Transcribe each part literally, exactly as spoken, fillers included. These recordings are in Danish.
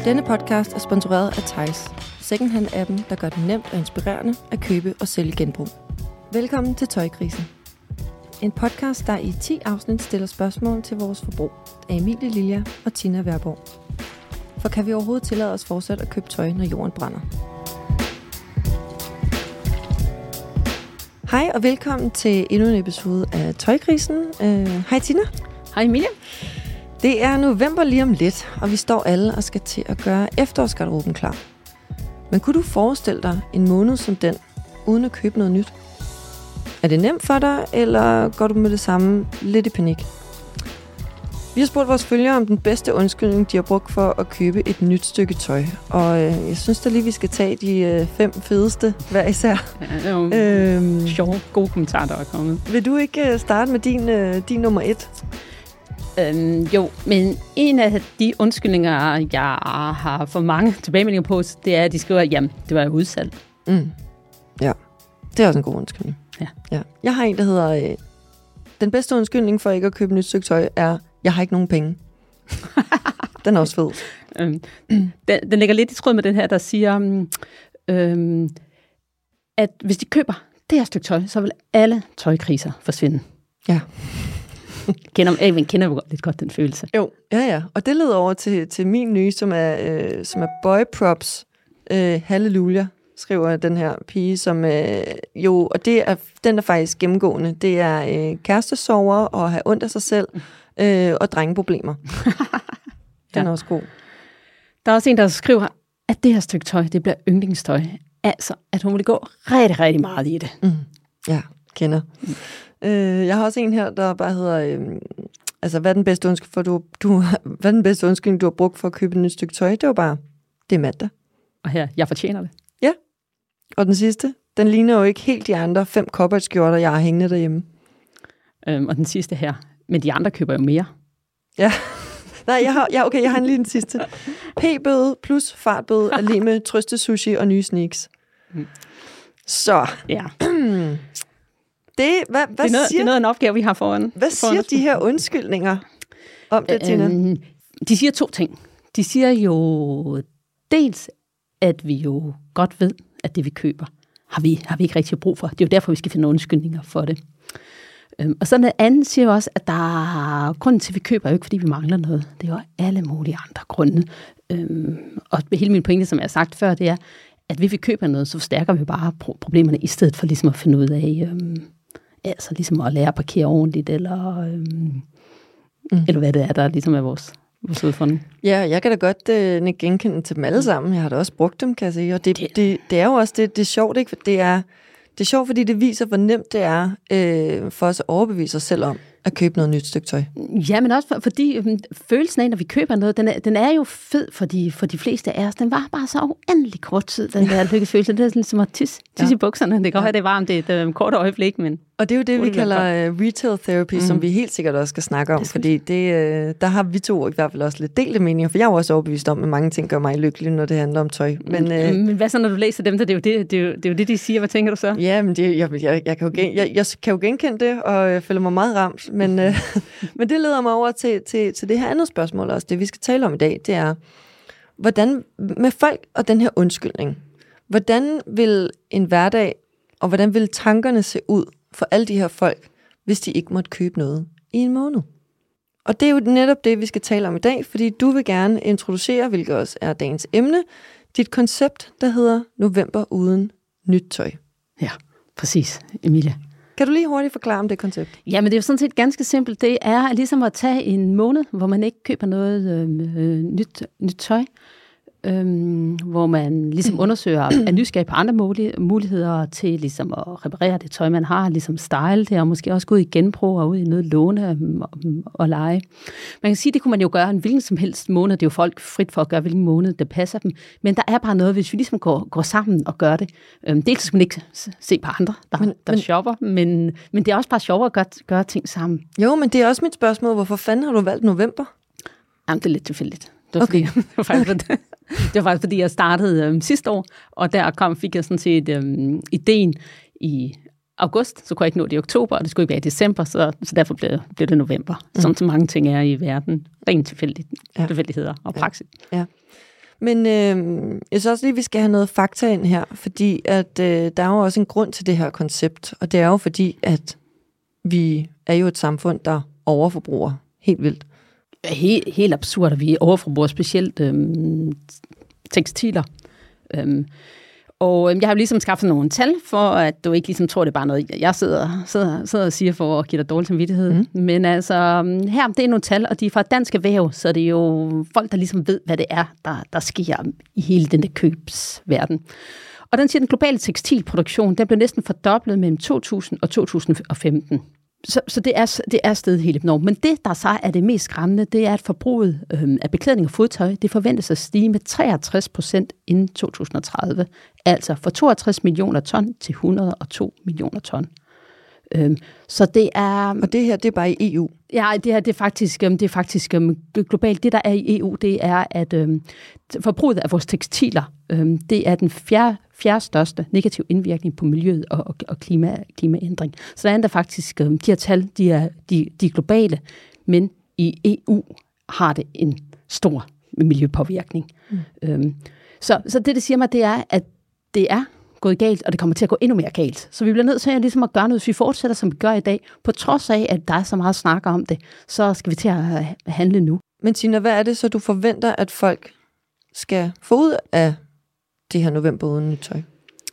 Denne podcast er sponsoreret af Theis, secondhand-appen, der gør det nemt og inspirerende at købe og sælge genbrug. Velkommen til Tøjkrisen. En podcast, der i ti afsnit stiller spørgsmål til vores forbrug af Emilie Lilja og Tina Værborg. For kan vi overhovedet tillade os fortsat at købe tøj, når jorden brænder? Hej og velkommen til endnu en episode af Tøjkrisen. Uh, hej Tina. Hej Emilie. Det er november lige om lidt, og vi står alle og skal til at gøre efterårsgarderoben klar. Men kunne du forestille dig en måned som den, uden at købe noget nyt? Er det nemt for dig, eller går du med det samme lidt i panik? Vi har spurgt vores følgere om den bedste undskyldning, de har brugt for at købe et nyt stykke tøj. Og øh, jeg synes da lige, vi skal tage de øh, fem fedeste hver især. Ja, det er jo øhm, sjove, gode kommentarer, der er kommet. Vil du ikke øh, starte med din, øh, din nummer et? Øhm, jo, men en af de undskyldninger, jeg har for mange tilbagemeldinger på, det er, at de skriver, at jamen, det var udsalg. Mm. Ja, det er også en god undskyldning. Ja. Ja. Jeg har en, der hedder, øh, den bedste undskyldning for ikke at købe et nyt stykke tøj er, jeg har ikke nogen penge. Den er også fed. øhm, den, den ligger lidt i tråd med den her, der siger, øhm, at hvis de køber det her stykke tøj, så vil alle tøjkriser forsvinde. Ja. Kender, jeg kender jo lidt godt den følelse. Jo, ja ja. Og det leder over til, til min nye, som er, øh, som er Boy Props øh, Halleluja, skriver den her pige, som øh, jo, og det er, den er faktisk gennemgående. Det er øh, kærestesorger og have ondt af sig selv øh, og drengeproblemer. Den ja. er også god. Der er også en, der skriver, at det her stykke tøj, det bliver yndlingstøj. Altså, at hun vil gå rigtig, rigtig meget i det. Mm. Ja, kender. Mm. Øh, jeg har også en her, der bare hedder, øh, altså, hvad er den bedste undskyldning, for du, du, hvad er den bedste undskyldning, du har brugt for at købe et nyt stykke tøj? Det var bare, det er mandag. Og her, jeg fortjener det. Ja. Og den sidste, den ligner jo ikke helt de andre fem cowboyskjorter, jeg har hængende derhjemme. Øhm, og den sidste her, men de andre køber jo mere. Ja. Nej, jeg har, ja, okay, jeg har en lige den sidste. P-bøde plus fartbøde er lige med trøstesushi og nye sneaks. Mm. Så. Ja. Det, hvad, hvad det, er noget, siger, det er noget af en opgave, vi har foran. Hvad siger de her undskyldninger om det, Tina? Øhm, de siger to ting. De siger jo dels, at vi jo godt ved, at det vi køber, har vi, har vi ikke rigtig brug for. Det er jo derfor, vi skal finde undskyldninger for det. Øhm, og så den anden siger også, at der er grunden til, at vi køber, jo ikke fordi vi mangler noget. Det er jo alle mulige andre grunde. Øhm, og hele min pointe, som jeg har sagt før, det er, at hvis vi køber noget, så forstærker vi bare problemerne, i stedet for ligesom at finde ud af, øhm, altså ligesom at lære at parkere ordentligt, eller, øhm, mm. eller hvad det er, der ligesom er vores, vores udfordring. Ja, jeg kan da godt øh, genkende til dem alle sammen. Jeg har da også brugt dem, kan jeg sige. Og det, det, det, det er jo også det, det er sjovt, ikke? Det er, det er sjovt, fordi det viser, hvor nemt det er øh, for os at overbevise os selv om at købe noget nyt stykke tøj. Ja, men også for, fordi øhm, følelsen af, når vi køber noget, den er, den er jo fed for de, for de fleste af os. Den var bare så uendelig kort tid, den der lykkefølelse. Det er sådan som at tisse, tisse ja. i bukserne. Det kan godt ja. være, det er varmt, det er et kort øjeblik, men... Og det er jo det, vi kalder uh, retail therapy, mm. som vi helt sikkert også skal snakke om, det fordi det, uh, der har vi to i hvert fald også lidt delte meninger, for jeg er jo også overbevist om, at mange ting gør mig lykkelig, når det handler om tøj. Men, uh, men hvad så, når du læser dem, så det er jo det, det, er jo, det, er jo det de siger. Hvad tænker du så? Ja, men det, jeg, jeg, jeg, kan jo gen, jeg, jeg kan jo genkende det, og jeg føler mig meget ramt, men, uh, men det leder mig over til, til, til det her andet spørgsmål også. Det vi skal tale om i dag, det er, hvordan med folk og den her undskyldning, hvordan vil en hverdag, og hvordan vil tankerne se ud for alle de her folk, hvis de ikke måtte købe noget i en måned? Og det er jo netop det, vi skal tale om i dag, fordi du vil gerne introducere, hvilket også er dagens emne, dit koncept, der hedder November uden nyt tøj. Ja, præcis, Emilie. Kan du lige hurtigt forklare om det koncept? Ja, men det er jo sådan set ganske simpelt. Det er ligesom at tage en måned, hvor man ikke køber noget øh, nyt, nyt tøj, Øhm, hvor man ligesom undersøger er nysgerrig på andre muligheder til ligesom at reparere det tøj, man har, ligesom style det, og måske også gå ud i genbrug og ud i noget låne og, og lege. Man kan sige, det kunne man jo gøre en hvilken som helst måned. Det er jo folk frit for at gøre, hvilken måned det passer dem. Men der er bare noget, hvis vi ligesom går, går sammen og gør det. Øhm, det er ikke, så skal man ikke se på andre, der, men, der men, shopper, men, men det er også bare sjovere at gøre, gøre ting sammen. Jo, men det er også mit spørgsmål. Hvorfor fanden har du valgt november? Jamen, det er lidt tilfældigt. Det var, okay. fordi, det var faktisk, okay. det var faktisk fordi, jeg startede øhm, sidste år, og der kom, fik jeg sådan set øhm, ideen i august, så kunne jeg ikke nå det i oktober, og det skulle ikke være i december, så, så derfor blev, blev det november, mm. som så mange ting er i verden. Rent tilfældigt, ja. tilfældigheder og praksis. Ja. Ja. Men øh, jeg synes også lige, at vi skal have noget fakta ind her, fordi at øh, der er jo også en grund til det her koncept, og det er jo fordi, at vi er jo et samfund, der overforbruger helt vildt. Helt, helt absurd, at vi overforbruger specielt øhm, tekstiler. Øhm, og øhm, jeg har ligesom skaffet nogle tal, for at du ikke ligesom tror, det er bare noget, jeg sidder, sidder, sidder og siger for at give dig dårlig samvittighed. Mm. Men altså, her, det er nogle tal, og de er fra Dansk Erhverv, så det er jo folk, der ligesom ved, hvad det er, der, der sker i hele den der købsverden. Og den siger, den globale tekstilproduktion, den blev næsten fordoblet mellem to tusind og to tusind og femten. Så, så det er, det er stedet helt enormt. Men det, der så er det mest skræmmende, det er, at forbruget øh, af beklædning og fodtøj, det forventes at stige med treogtres procent inden to tusind og tredive. Altså fra toogtres millioner ton til et hundrede og to millioner ton. Øhm, så det er... Og det her, det er bare i E U? Ja, det her, det er faktisk, det er faktisk um, globalt. Det, der er i E U, det er, at um, forbruget af vores tekstiler, um, det er den fjerde, fjerde største negativ indvirkning på miljøet og, og, og klima, klimaændring. Så der er der faktisk, um, de her tal, de er, de, de er globale, men i E U har det en stor miljøpåvirkning. Mm. Um, så, så det, det siger mig, det er, at det er gået galt, og det kommer til at gå endnu mere galt. Så vi bliver nødt til at, ligesom at gøre noget, hvis vi fortsætter, som vi gør i dag. På trods af, at der er så meget snak om det, så skal vi til at handle nu. Men Tina, hvad er det så, du forventer, at folk skal få ud af det her november uden nyt tøj?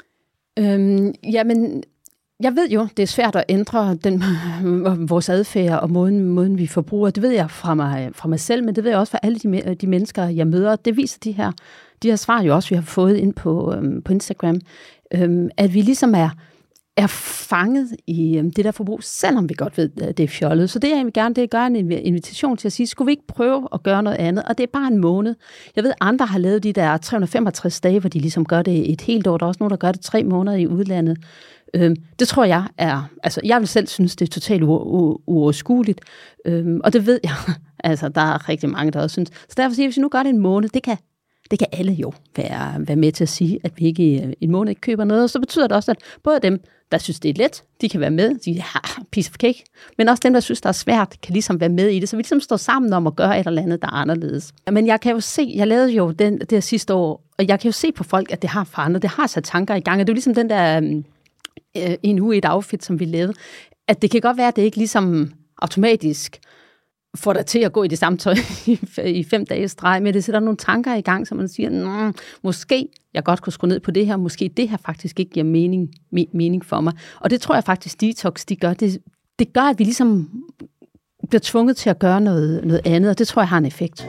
Øhm, jamen, jeg ved jo, det er svært at ændre den, vores adfærd og måden, måden, vi forbruger. Det ved jeg fra mig, fra mig selv, men det ved jeg også fra alle de, de mennesker, jeg møder. Det viser de her, de her svar jo også, vi har fået ind på, øhm, på Instagram, øhm, at vi ligesom er, er fanget i øhm, det der forbrug, selvom vi godt ved, at det er fjollet. Så det jeg vil gerne, det er at gøre en invitation til at sige, skulle vi ikke prøve at gøre noget andet? Og det er bare en måned. Jeg ved, andre har lavet de der tre hundrede og femogtres dage, hvor de ligesom gør det et helt år. Der er også nogen, der gør det tre måneder i udlandet. Øhm, det tror jeg er, altså jeg vil selv synes, det er totalt uoverskueligt, øhm, og det ved jeg, altså der er rigtig mange, der også synes. Så derfor siger jeg, hvis vi nu gør det en måned, det kan, det kan alle jo være, være med til at sige, at vi ikke i en måned ikke køber noget, og så betyder det også, at både dem, der synes, det er let, de kan være med, de har piece of cake, men også dem, der synes, det er svært, kan ligesom være med i det, så vi ligesom står sammen om at gøre et eller andet, der er anderledes. Men jeg kan jo se, jeg lavede jo den, det her sidste år, og jeg kan jo se på folk, at det har forandret, det har sat tanker i gang, og det er jo ligesom den der en uge i et outfit, som vi lavede, at det kan godt være, at det ikke ligesom automatisk får dig til at gå i det samme tøj i fem dage streg, men det sætter nogle tanker i gang, så man siger, måske jeg godt kunne skrue ned på det her, måske det her faktisk ikke giver mening, me, mening for mig. Og det tror jeg faktisk, Detox, de gør. Det, det gør, at vi ligesom bliver tvunget til at gøre noget, noget andet, og det tror jeg har en effekt.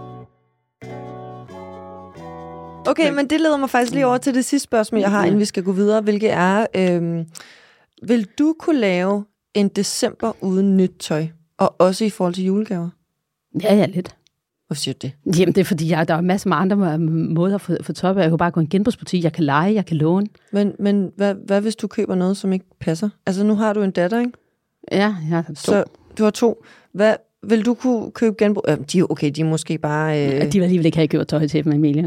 Okay, men det leder mig faktisk lige over til det sidste spørgsmål, jeg har, inden vi skal gå videre, hvilket er, øhm, vil du kunne lave en december uden nyt tøj, og også i forhold til julegaver? Ja, ja, lidt. Hvorfor siger du det? Jamen, det er fordi, jeg, der er masser af andre måder at få, få tøj. Jeg kan bare gå i en genbrugsbutik, jeg kan lege, jeg kan låne. Men, men hvad, hvad hvis du køber noget, som ikke passer? Altså, nu har du en datter, ikke? Ja, jeg har to. Så du har to. Hvad vil du kunne købe genbrug? Øh, de er okay, de er måske bare... Øh... Ja, de vil alligevel ikke have købt tøj til dem, Emilie.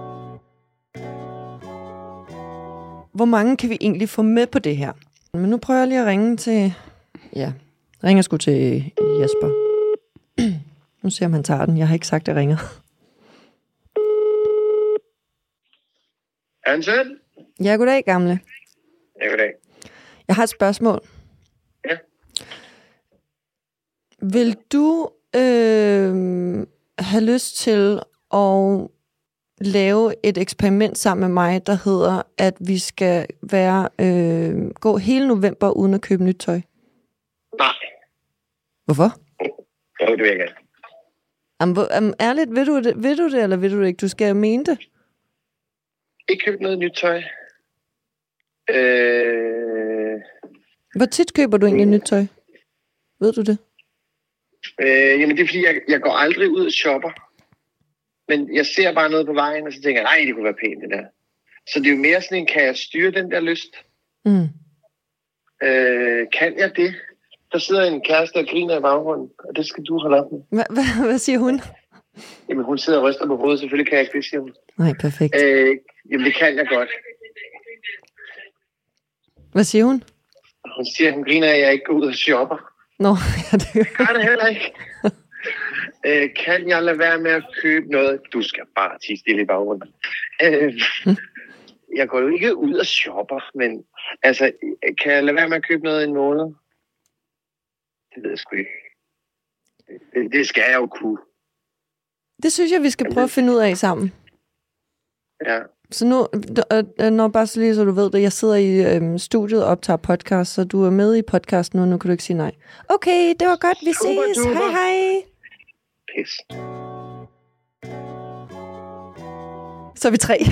Hvor mange kan vi egentlig få med på det her? Men nu prøver jeg lige at ringe til... Ja, ringer sgu til Jesper. Nu ser om han tager den. Jeg har ikke sagt, at jeg ringer. Hansen? Ja, goddag, gamle. Ja, goddag. Jeg har et spørgsmål. Ja. Vil du øh, have lyst til at lave et eksperiment sammen med mig, der hedder, at vi skal være øh, gå hele november uden at købe nyt tøj? Nej. Hvorfor? Jo, det vil jeg gerne. Jamen, jamen, ærligt, vil du, det, vil du det, eller vil du det ikke? Du skal jo mene det. Ikke købe noget nyt tøj. Øh... Hvor tit køber du egentlig nyt tøj? Ved du det? Øh, jamen, det er fordi, jeg, jeg går aldrig ud og shopper. Men jeg ser bare noget på vejen, og så tænker jeg, nej, det kunne være pænt, det der. Så det er jo mere sådan en, kan jeg styre den der lyst? Mm. Øh, kan jeg det? Der sidder en kæreste og griner i baggrunden, og det skal du holde op med. Hva, hva, hvad siger hun? Jamen, hun sidder og ryster på hovedet, selvfølgelig kan jeg ikke det, siger hun. Nej, perfekt. Øh, jamen, det kan jeg godt. Hvad siger hun? Hun siger, at hun griner af, at jeg ikke går ud og shopper. Nå, ja, det gør det heller ikke. Øh, kan jeg lade være med at købe noget? Du skal bare tige stille i baggrunden. Øh, jeg går jo ikke ud og shopper, men altså, kan jeg lade være med at købe noget i en måned? Det ved jeg sgu ikke. Det, det skal jeg jo kunne. Det synes jeg, vi skal prøve at finde ud af sammen. Ja. Så nu, når bare så lige så du ved det, jeg sidder i øhm, studiet og optager podcast, så du er med i podcasten nu, nu kan du ikke sige nej. Okay, det var godt, vi Super, ses. super. Hej, hej. Pis. Så er vi tre.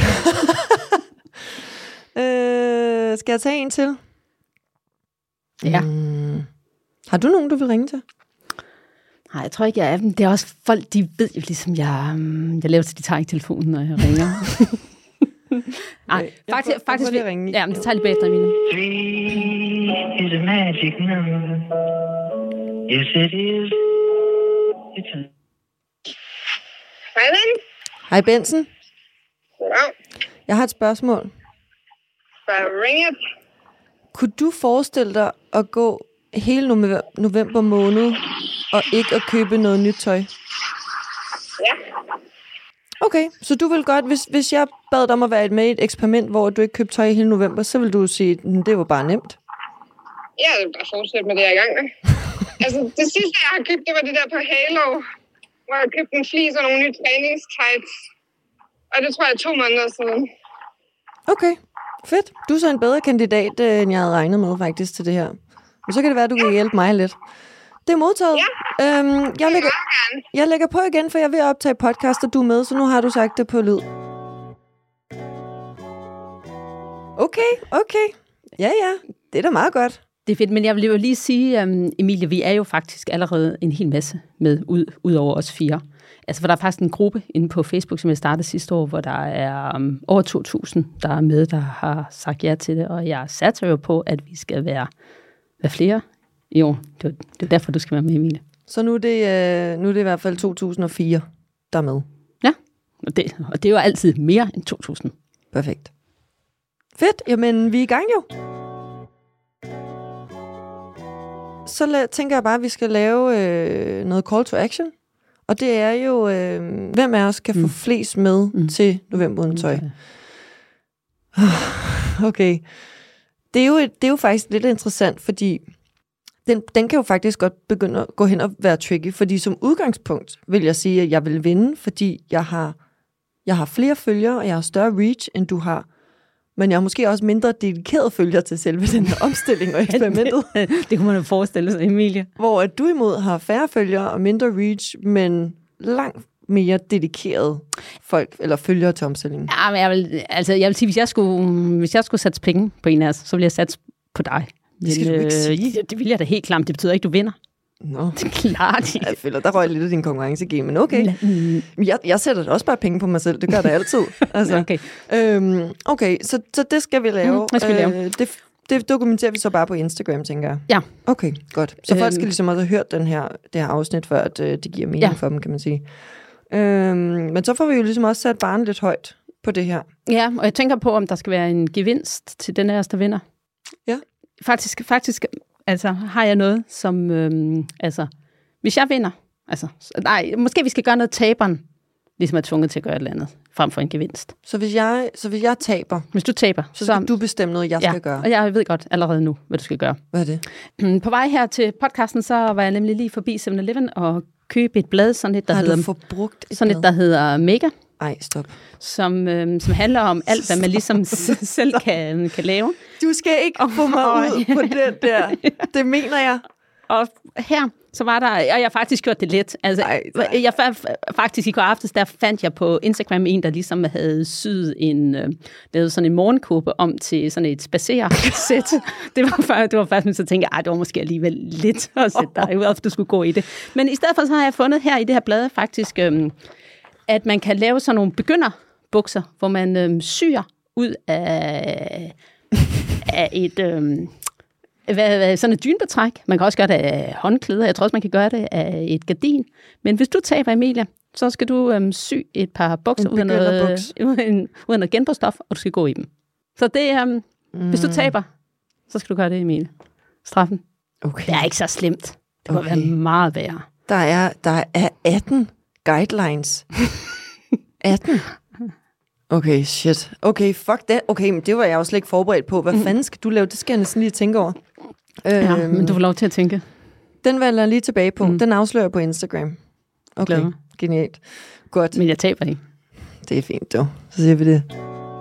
øh, skal jeg tage en til? Ja. Mm. Har du nogen, du vil ringe til? Nej, jeg tror ikke, jeg er dem. Det er også folk, de ved jo ligesom, jeg, jeg laver til, de tager ikke telefonen, når jeg ringer. Nej, jeg faktisk, prøver, faktisk jeg ringe. ja, men det tager lige bagefter, mine. Three is a magic number. Yes, it is. It's a... Hej, ven. Hej, Benson. Goddag. Jeg har et spørgsmål. Bare ring it. Kunne du forestille dig at gå hele nove- november måned og ikke at købe noget nyt tøj? Ja. Okay, så du vil godt, hvis, hvis jeg bad dig om at være med i et eksperiment, hvor du ikke købte tøj i hele november, så vil du sige, at det var bare nemt. Jeg vil bare fortsætte med det, jeg er i gang med. Altså, det sidste, jeg har købt, det var det der på Halo, hvor jeg købte en flis og nogle nye træningstights. Og det tror jeg er to måneder siden. Okay, fedt. Du er så en bedre kandidat, end jeg havde regnet med faktisk til det her. Men så kan det være, at du kan hjælpe mig lidt. Det er modtaget. Ja. Øhm, jeg, lægger, gerne. jeg lægger på igen, for jeg vil optage podcast, og du er med, så nu har du sagt det på lyd. Okay, okay. Ja, ja. Det er da meget godt. Det er fedt, men jeg vil jo lige sige, um, Emilie, vi er jo faktisk allerede en hel masse med ud, ud over os fire. Altså, for der er faktisk en gruppe inde på Facebook, som jeg startede sidste år, hvor der er um, over to tusind, der er med, der har sagt ja til det, og jeg satser jo på, at vi skal være, være flere i år. Det er, det er derfor, du skal være med, Emilie. Så nu er det, øh, nu er det i hvert fald to tusind og fire, der er med. Ja, og det, og det er jo altid mere end to tusind. Perfekt. Fedt. Jamen, vi er i gang jo. Så la- tænker jeg bare, at vi skal lave øh, noget call to action. Og det er jo, øh, hvem af os kan få Mm. flest med Mm. til november uden tøj. Okay. Okay. Det er, jo, det er jo faktisk lidt interessant, fordi den, den kan jo faktisk godt begynde at gå hen og være tricky, fordi som udgangspunkt vil jeg sige, at jeg vil vinde, fordi jeg har, jeg har flere følgere, og jeg har større reach, end du har. Men jeg har måske også mindre dedikeret følgere til selve den her omstilling og eksperimentet. Det kunne man jo forestille sig, Emilie. Hvor at du imod har færre følgere og mindre reach, men langt mere dedikeret folk eller følgere til omstillingen. Ja, men jeg vil, altså, jeg vil sige, hvis jeg skulle, hvis jeg skulle sætte penge på en af os, så ville jeg satse på dig. Det skal men, du ikke sige. Øh, det vil jeg da helt klart. Det betyder ikke, du vinder. Nå. Det er klart. Jeg føler, der røg lidt af din konkurrencegen, men okay. Mm. Jeg, jeg sætter da også bare penge på mig selv, det gør jeg da altid. Altså, Okay. øhm, okay, så, så det skal vi lave. Mm, hvad skal vi lave? Øh, det, det dokumenterer vi så bare på Instagram, tænker jeg. Ja. Okay, godt. Så folk Øhm. skal ligesom også have hørt den her, det her afsnit, før at, øh, det giver mening Ja. for dem, kan man sige. Øhm, men så får vi jo ligesom også sat barnet lidt højt på det her. Ja, og jeg tænker på, om der skal være en gevinst til den af os, der vinder. Ja. Faktisk, faktisk altså, har jeg noget, som... Øhm, altså, hvis jeg vinder... Altså, nej, måske vi skal gøre noget, taberen ligesom er tvunget til at gøre et eller andet, frem for en gevinst. Så hvis jeg, så hvis jeg taber, Hvis du taber, så skal du bestemme noget, jeg ja, skal gøre. og jeg ved godt allerede nu, hvad du skal gøre. Hvad er det? På vej her til podcasten, så var jeg nemlig lige forbi seven eleven og købe et blad, sådan et, der, Har hedder, du forbrugt et sådan et, blad? der hedder Mega, Ej, stop. som, øhm, som handler om alt, hvad man ligesom s- selv kan, kan lave. Du skal ikke få mig ud på det der. Det mener jeg. Og her, så var der, og jeg har faktisk gjort det let. Altså, Ej, nej. jeg fa- faktisk i går aftes, der fandt jeg på Instagram en, der ligesom havde syet en, øh, lavet sådan en morgenkåbe om til sådan et spacersæt. det var før, det var først, så tænkte jeg, ej, det var måske alligevel lidt at sætte dig ud, at du skulle gå i det. Men i stedet for, så har jeg fundet her i det her blad faktisk, øh, at man kan lave sådan nogle begynderbukser, hvor man øh, syr ud af, af et... Øh, Hvad, hvad, sådan et dynbetræk. Man kan også gøre det af håndklæder. Jeg tror også, man kan gøre det af et gardin. Men hvis du taber, Emilie, så skal du øhm, sy et par bukser En uden noget, begynderbuks. uden, uden noget genbrugsstof, og du skal gå i dem. Så det er, øhm, mm. hvis du taber, så skal du gøre det, Emilie. Straffen. Okay. Det er ikke så slemt. Det må Okay. være meget værre. der er, der er atten guidelines. atten? Okay, shit. Okay, fuck det. Okay, men det var jeg jo slet ikke forberedt på. Hvad mm. fanden skal du lave? Det skal jeg næsten lige tænke over. Ja, øhm, men du får lov til at tænke. Den vender jeg lige tilbage på. Mm. Den afslører jeg på Instagram. Okay, Glæder. genialt. Godt. Men jeg taber ikke. Det er fint, du. Så siger vi det.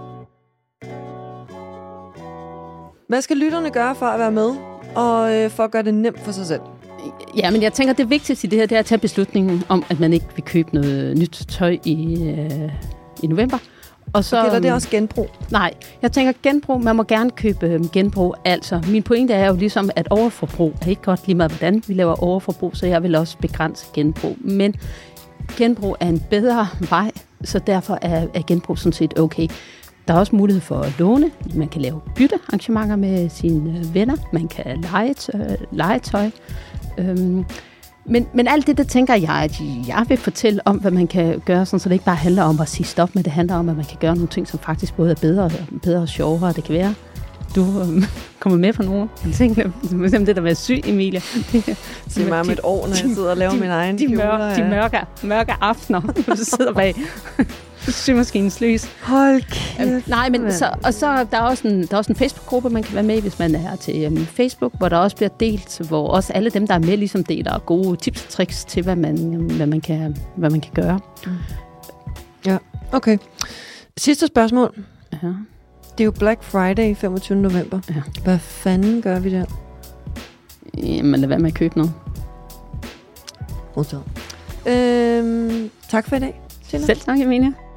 Hvad skal lytterne gøre for at være med, og øh, for at gøre det nemt for sig selv? Ja, men jeg tænker, det vigtigste i det her, det er at tage beslutningen om, at man ikke vil købe noget nyt tøj i, øh, i november. Og så, okay, eller det er også genbrug? Nej, jeg tænker genbrug. Man må gerne købe øh, genbrug. Altså, min pointe er jo ligesom, at overforbrug er ikke godt lige meget, hvordan vi laver overforbrug, så jeg vil også begrænse genbrug. Men genbrug er en bedre vej, så derfor er, er genbrug sådan set okay. Der er også mulighed for at låne. Man kan lave byttearrangementer med sine venner. Man kan lege tøj. Lege tøj. Øhm, men, men alt det, der tænker jeg, at jeg vil fortælle om, hvad man kan gøre, sådan, så det ikke bare handler om at sige stop, men det handler om, at man kan gøre nogle ting, som faktisk både er bedre og, bedre og sjovere. Det kan være, du øhm, kommer med på nogle ting, som det der med syg, Emilie. Det er meget om et år, når jeg sidder og laver de, min egen de, kjoler. mørke, de mørke, mørke aftener, når du sidder bag symaskinens lys. Hold kæft. Nej, men så, og så der er også en, der er også en Facebook-gruppe, man kan være med i, hvis man er til um, Facebook, hvor der også bliver delt, hvor også alle dem, der er med, ligesom deler gode tips og tricks til, hvad man, hvad man, kan, hvad man kan gøre. Mm. Ja, okay. Sidste spørgsmål. Ja. Det er jo Black Friday femogtyvende november. Ja. Hvad fanden gør vi der? Jamen, lad være med at købe noget. Modtaget. Øhm, tak for i dag, Tina. Selv tak, Emilie.